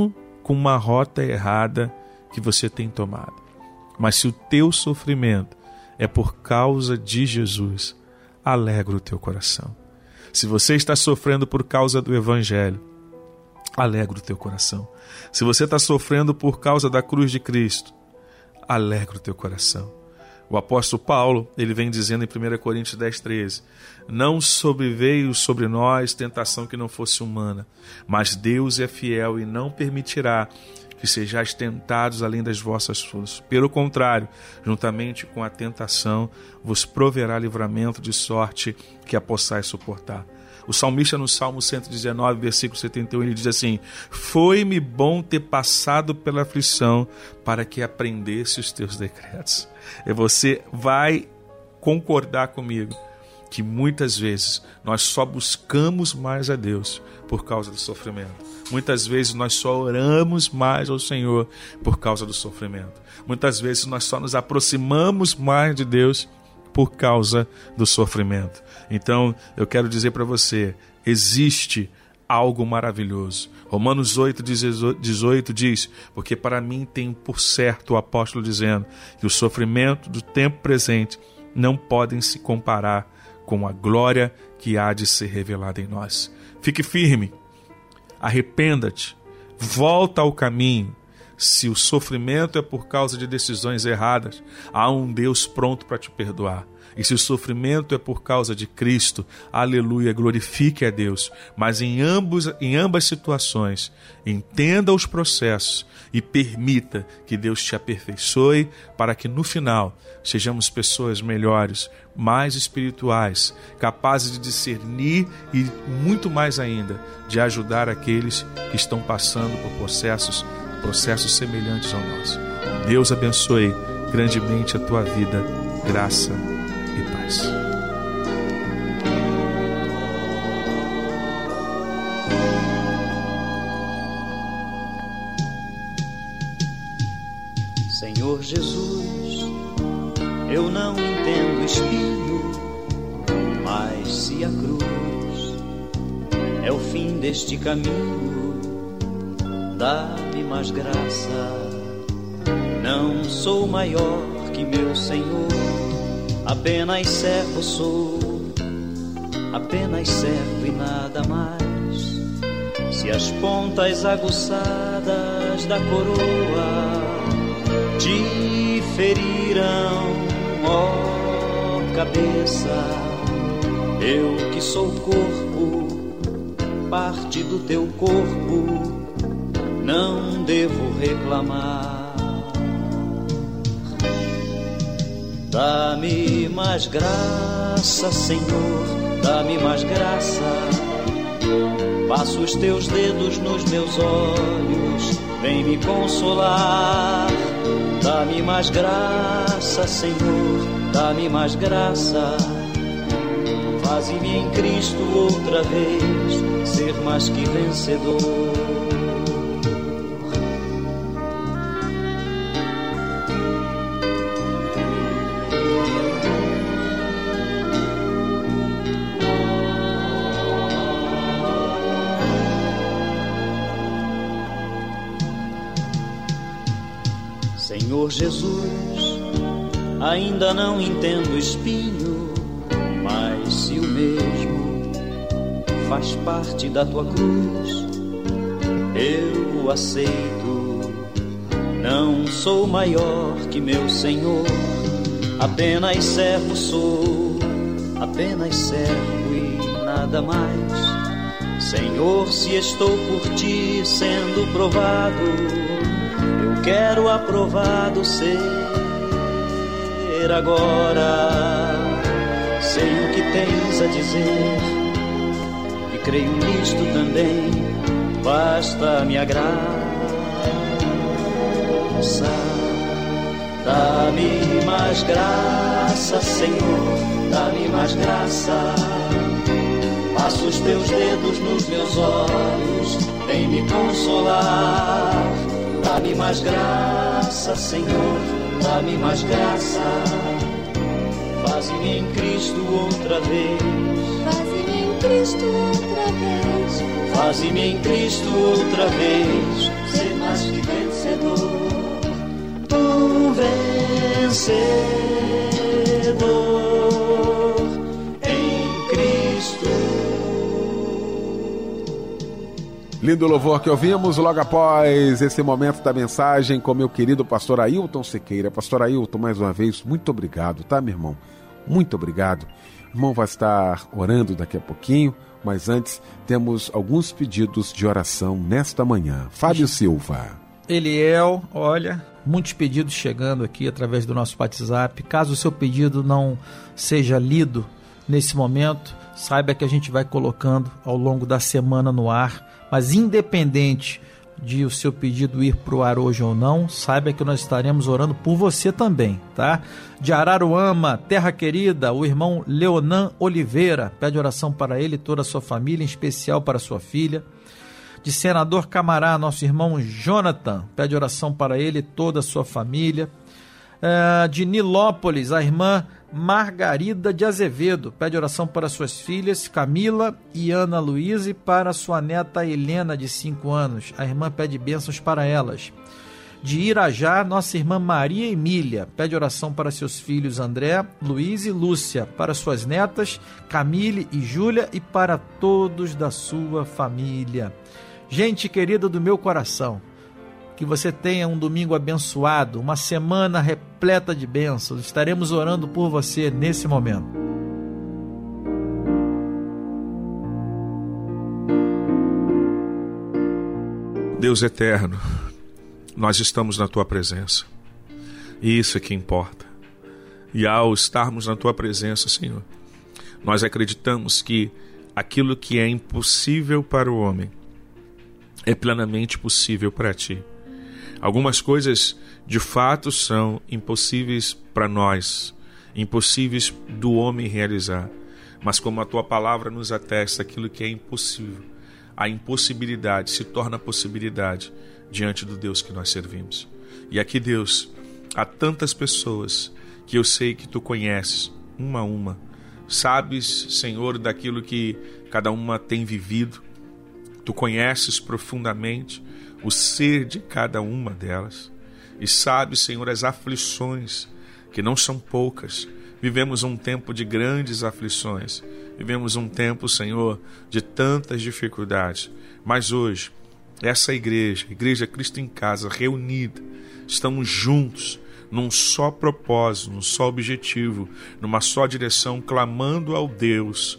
com uma rota errada que você tem tomado. Mas se o teu sofrimento é por causa de Jesus, alegra o teu coração. Se você está sofrendo por causa do Evangelho, alegra o teu coração. Se você está sofrendo por causa da cruz de Cristo, alegra o teu coração. O apóstolo Paulo, ele vem dizendo em 1 Coríntios 10:13, não sobreveio sobre nós tentação que não fosse humana, mas Deus é fiel e não permitirá que sejais tentados além das vossas forças. Pelo contrário, juntamente com a tentação, vos proverá livramento de sorte que a possais suportar. O salmista no Salmo 119, versículo 71, ele diz assim: foi-me bom ter passado pela aflição para que aprendesse os teus decretos. E você vai concordar comigo que muitas vezes nós só buscamos mais a Deus por causa do sofrimento. Muitas vezes nós só oramos mais ao Senhor por causa do sofrimento. Muitas vezes nós só nos aproximamos mais de Deus por causa do sofrimento. Então, eu quero dizer para você, existe algo maravilhoso. Romanos 8:18 diz, porque para mim tem por certo o apóstolo dizendo que o sofrimento do tempo presente não podem se comparar com a glória que há de ser revelada em nós. Fique firme, arrependa-te, volta ao caminho. Se o sofrimento é por causa de decisões erradas, há um Deus pronto para te perdoar. E se o sofrimento é por causa de Cristo, aleluia, glorifique a Deus. Mas em ambas situações, entenda os processos e permita que Deus te aperfeiçoe para que no final sejamos pessoas melhores, mais espirituais, capazes de discernir e muito mais ainda, de ajudar aqueles que estão passando por processos semelhantes ao nosso. Deus abençoe grandemente a tua vida, graça e paz. Senhor Jesus, eu não entendo espinho, mas se a cruz é o fim deste caminho, dá-me mais graça. Não sou maior que meu Senhor, apenas servo sou, apenas servo e nada mais. Se as pontas aguçadas da coroa te feriram, ó cabeça, eu que sou corpo, parte do teu corpo, não devo reclamar. Dá-me mais graça, Senhor, dá-me mais graça. Passa os teus dedos nos meus olhos, vem me consolar. Dá-me mais graça, Senhor, dá-me mais graça. Faze-me em Cristo outra vez ser mais que vencedor. Senhor Jesus, ainda não entendo espinho, mas se o mesmo faz parte da tua cruz, eu o aceito. Não sou maior que meu Senhor, apenas servo sou, apenas servo e nada mais. Senhor, se estou por ti sendo provado, quero aprovado ser agora. Sei o que tens a dizer e creio nisto também, basta a minha graça. Dá-me mais graça, Senhor, dá-me mais graça. Passa os teus dedos nos meus olhos, vem me consolar. Dá-me mais graça, Senhor, dá-me mais graça. Faze-me em Cristo outra vez. Faze-me em Cristo outra vez. Faze-me em Cristo outra vez ser mais um vencedor em Cristo. Lindo louvor que ouvimos logo após esse momento da mensagem com meu querido pastor Ailton Sequeira. Pastor Ailton, mais uma vez, muito obrigado, tá, meu irmão? Muito obrigado. O irmão vai estar orando daqui a pouquinho, mas antes temos alguns pedidos de oração nesta manhã. Fábio Silva. Eliel, olha, muitos pedidos chegando aqui através do nosso WhatsApp. Caso o seu pedido não seja lido nesse momento, saiba que a gente vai colocando ao longo da semana no ar. Mas independente de o seu pedido ir para o ar hoje ou não, saiba que nós estaremos orando por você também, tá? De Araruama, terra querida, o irmão Leonan Oliveira, pede oração para ele e toda a sua família, em especial para sua filha. De Senador Camará, nosso irmão Jonathan, pede oração para ele e toda a sua família. De Nilópolis, a irmã Margarida de Azevedo, pede oração para suas filhas Camila e Ana Luísa e para sua neta Helena, de 5 anos. A irmã pede bênçãos para elas. De Irajá, nossa irmã Maria Emília, pede oração para seus filhos André, Luiz e Lúcia, para suas netas Camille e Júlia e para todos da sua família. Gente querida do meu coração, que você tenha um domingo abençoado, uma semana repleta de bênçãos. Estaremos orando por você nesse momento. Deus eterno, nós estamos na Tua presença. E isso é que importa. E ao estarmos na Tua presença, Senhor, nós acreditamos que aquilo que é impossível para o homem é plenamente possível para Ti. Algumas coisas, de fato, são impossíveis para nós, impossíveis do homem realizar. Mas como a Tua palavra nos atesta, aquilo que é impossível, a impossibilidade se torna possibilidade diante do Deus que nós servimos. E aqui, Deus, há tantas pessoas que eu sei que Tu conheces, uma a uma. Sabes, Senhor, daquilo que cada uma tem vivido. Tu conheces profundamente o ser de cada uma delas. E sabes, Senhor, as aflições, que não são poucas. Vivemos um tempo de grandes aflições. Vivemos um tempo, Senhor, de tantas dificuldades. Mas hoje, essa igreja, Igreja Cristo em Casa, reunida, estamos juntos, num só propósito, num só objetivo, numa só direção, clamando ao Deus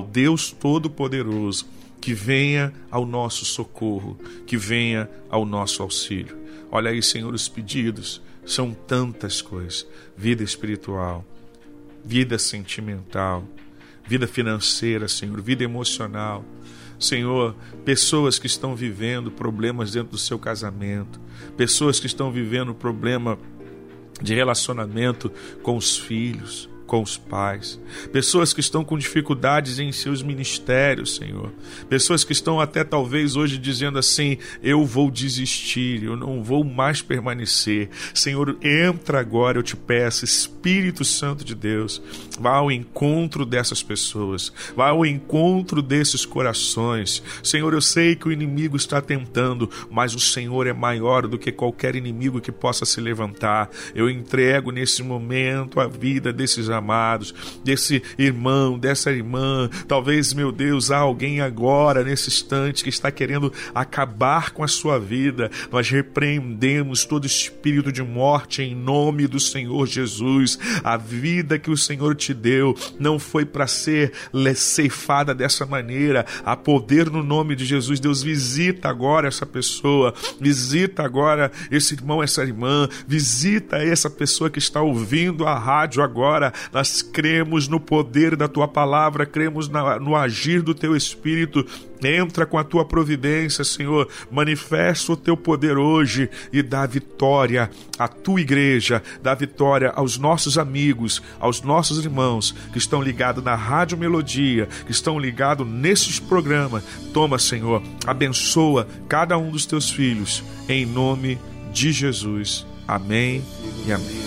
Todo-Poderoso, que venha ao nosso socorro, que venha ao nosso auxílio. Olha aí, Senhor, os pedidos são tantas coisas: vida espiritual, vida sentimental, vida financeira, Senhor, vida emocional. Senhor, pessoas que estão vivendo problemas dentro do seu casamento, pessoas que estão vivendo problema de relacionamento com os filhos, com os pais, pessoas que estão com dificuldades em seus ministérios, Senhor, pessoas que estão até talvez hoje dizendo assim: eu vou desistir, eu não vou mais permanecer. Senhor, entra agora, eu te peço, Espírito Santo de Deus, vá ao encontro dessas pessoas, vá ao encontro desses corações. Senhor, eu sei que o inimigo está tentando, mas o Senhor é maior do que qualquer inimigo que possa se levantar. Eu entrego nesse momento a vida desses amados, desse irmão, dessa irmã. Talvez, meu Deus, há alguém agora, nesse instante, que está querendo acabar com a sua vida. Nós repreendemos todo espírito de morte em nome do Senhor Jesus. A vida que o Senhor te deu não foi para ser ceifada dessa maneira. Há poder no nome de Jesus. Deus, visita agora essa pessoa, visita agora esse irmão, essa irmã, visita essa pessoa que está ouvindo a rádio agora. Nós cremos no poder da Tua palavra, cremos no agir do Teu Espírito. Entra com a Tua providência, Senhor, manifesta o Teu poder hoje e dá vitória à Tua igreja, dá vitória aos nossos amigos, aos nossos irmãos que estão ligados na Rádio Melodia, que estão ligados nesses programas. Toma, Senhor, abençoa cada um dos Teus filhos, em nome de Jesus. Amém e amém.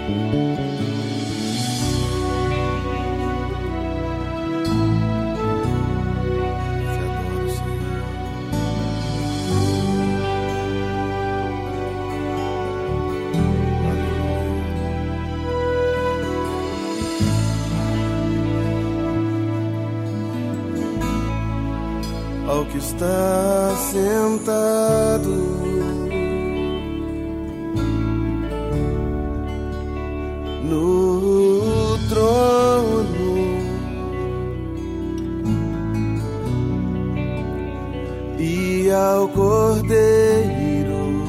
Ao que está sentado no trono, e ao Cordeiro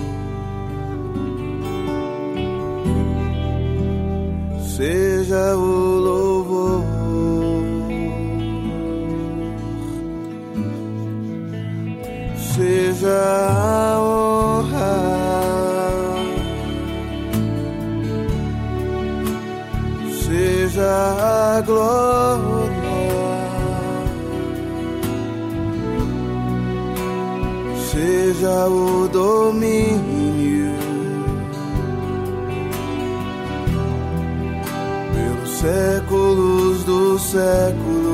seja o louvor. Seja a honra, seja a glória, seja o domínio pelos séculos dos séculos.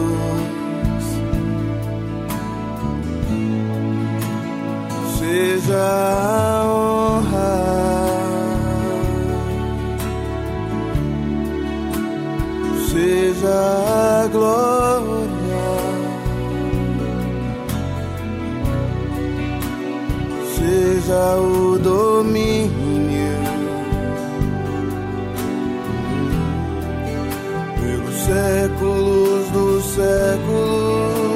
Seja a honra, seja a glória, seja o domínio pelos séculos dos séculos.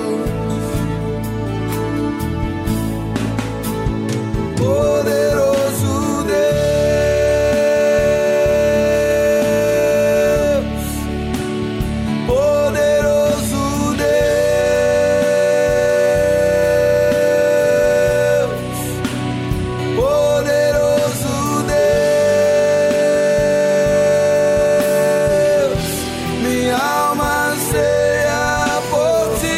Poderoso Deus, poderoso Deus, poderoso Deus, minha alma anseia por ti.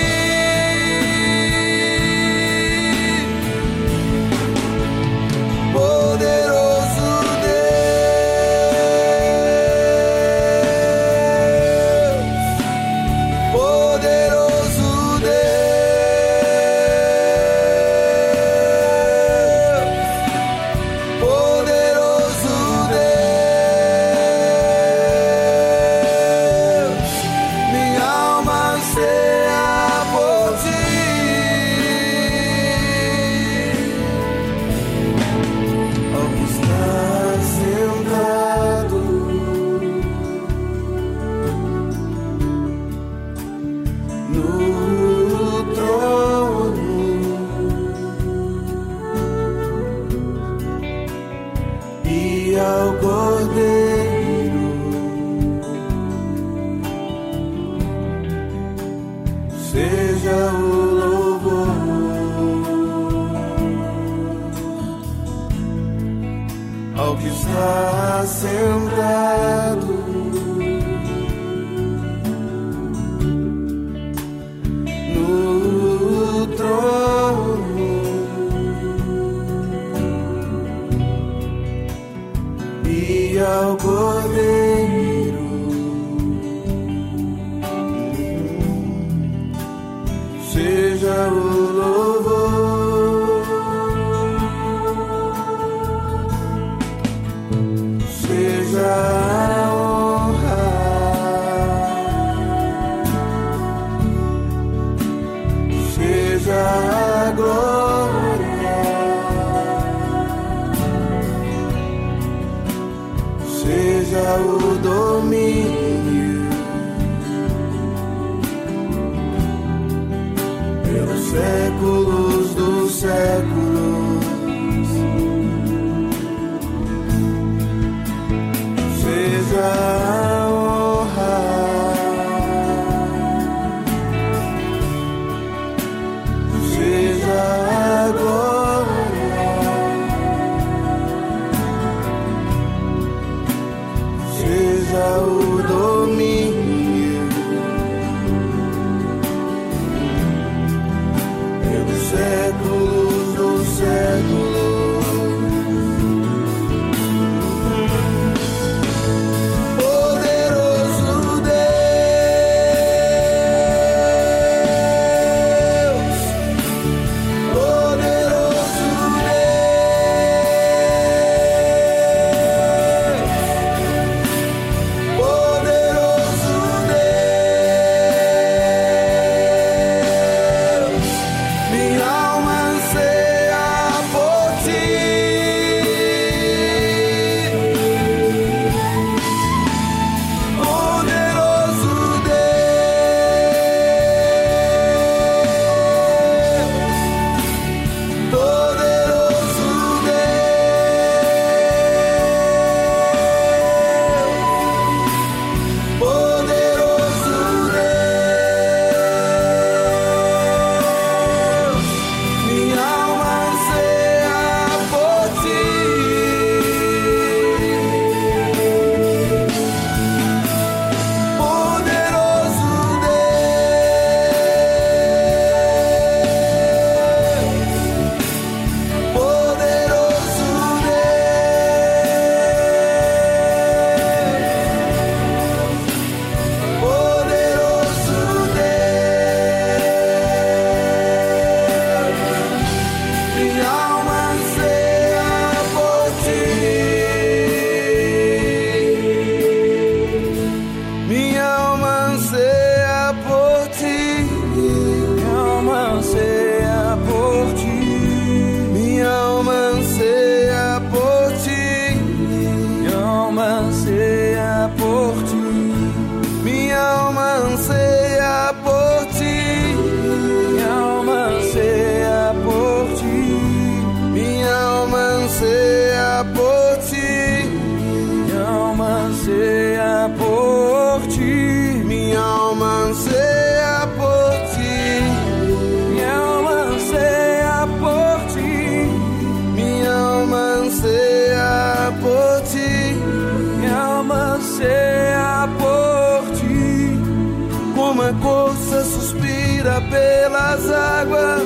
alma anseia por ti. Minha alma anseia por ti. Minha alma anseia por ti. Minha alma anseia por ti. Como a corça suspira pelas águas.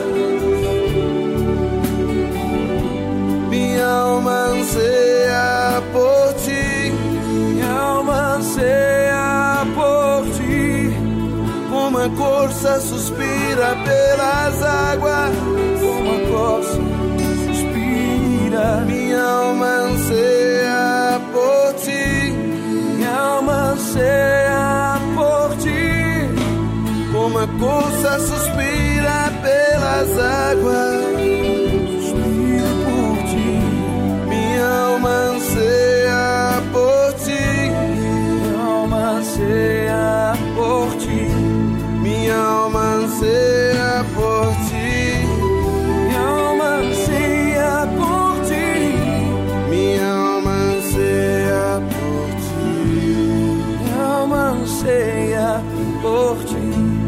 Minha alma anseia por ti. Minha alma anseia por ti. Como a corça suspira pelas águas. Como a corça suspira. Minha alma anseia por ti. Minha alma anseia por ti. Como a corça suspira pelas águas. Suspiro por ti. Minha alma anseia por ti. Minha alma anseia por ti. Minha alma anseia por ti. Minha alma anseia por ti. Minha alma anseia por ti. Minha alma anseia por ti.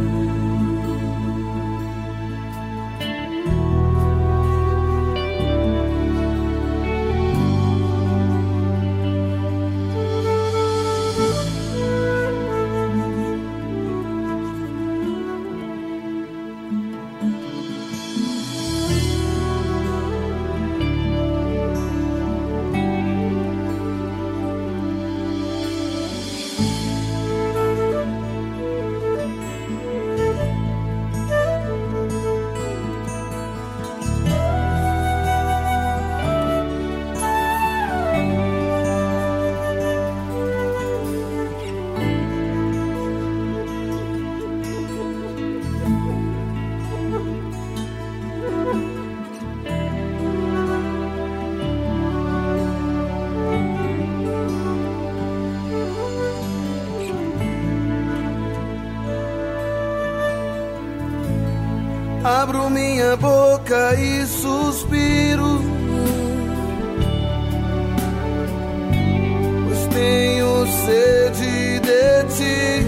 Abro minha boca e suspiro, pois tenho sede de ti.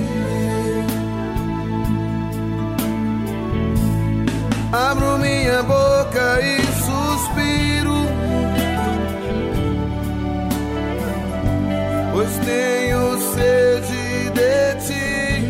Abro minha boca e suspiro, pois tenho sede de ti.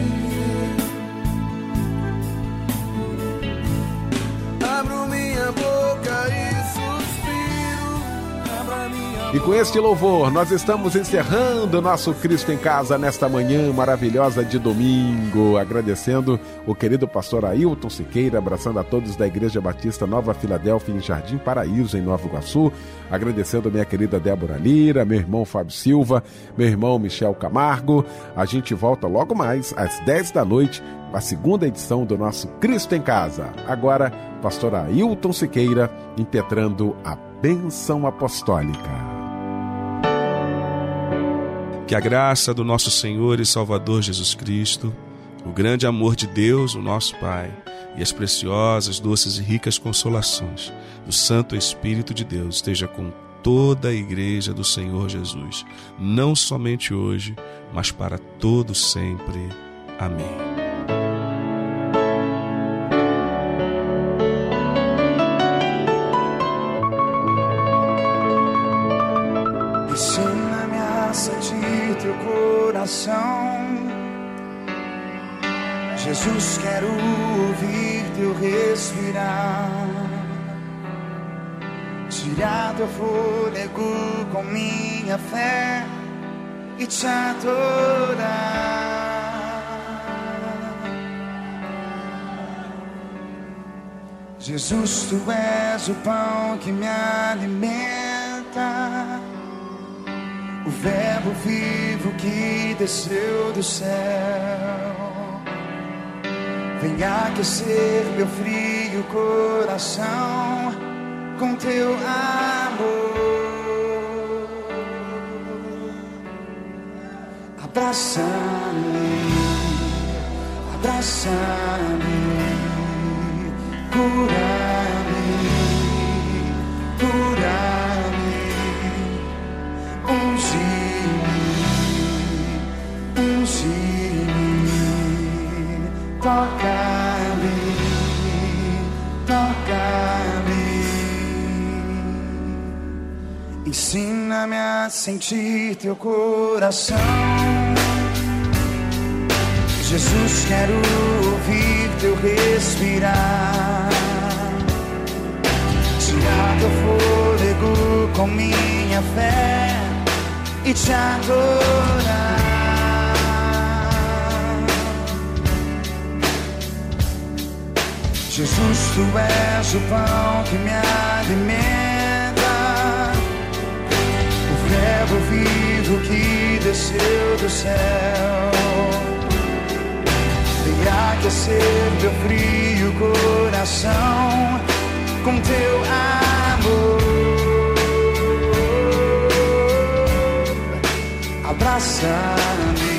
E com este louvor, nós estamos encerrando o nosso Cristo em Casa nesta manhã maravilhosa de domingo, agradecendo o querido pastor Ailton Siqueira, abraçando a todos da Igreja Batista Nova Filadélfia em Jardim Paraíso, em Nova Iguaçu, agradecendo minha querida Débora Lira, meu irmão Fábio Silva, meu irmão Michel Camargo. A gente volta logo mais às 10 da noite, a segunda edição do nosso Cristo em Casa. Agora, pastor Ailton Siqueira, impetrando a bênção apostólica. Que a graça do nosso Senhor e Salvador Jesus Cristo, o grande amor de Deus, o nosso Pai, e as preciosas, doces e ricas consolações do Santo Espírito de Deus esteja com toda a Igreja do Senhor Jesus, não somente hoje, mas para todo sempre. Amém. Ensina-me a sentir teu coração. Jesus, quero ouvir teu respirar. Tirar teu fôlego com minha fé e te adorar. Jesus, tu és o pão que me alimenta, o verbo vivo que desceu do céu. Vem aquecer meu frio coração com teu amor. Abraça-me, abraça-me, cura-me, cura-me, unge-me, unge-me. toca-me, toca-me. Ensina-me a sentir teu coração. Jesus, quero ouvir teu respirar. Tirar teu fôlego com minha fé e te adorar. Jesus, tu és o pão que me alimenta, o verbo vivo que desceu do céu. Vem aquecer meu frio coração com teu amor. Abraça-me.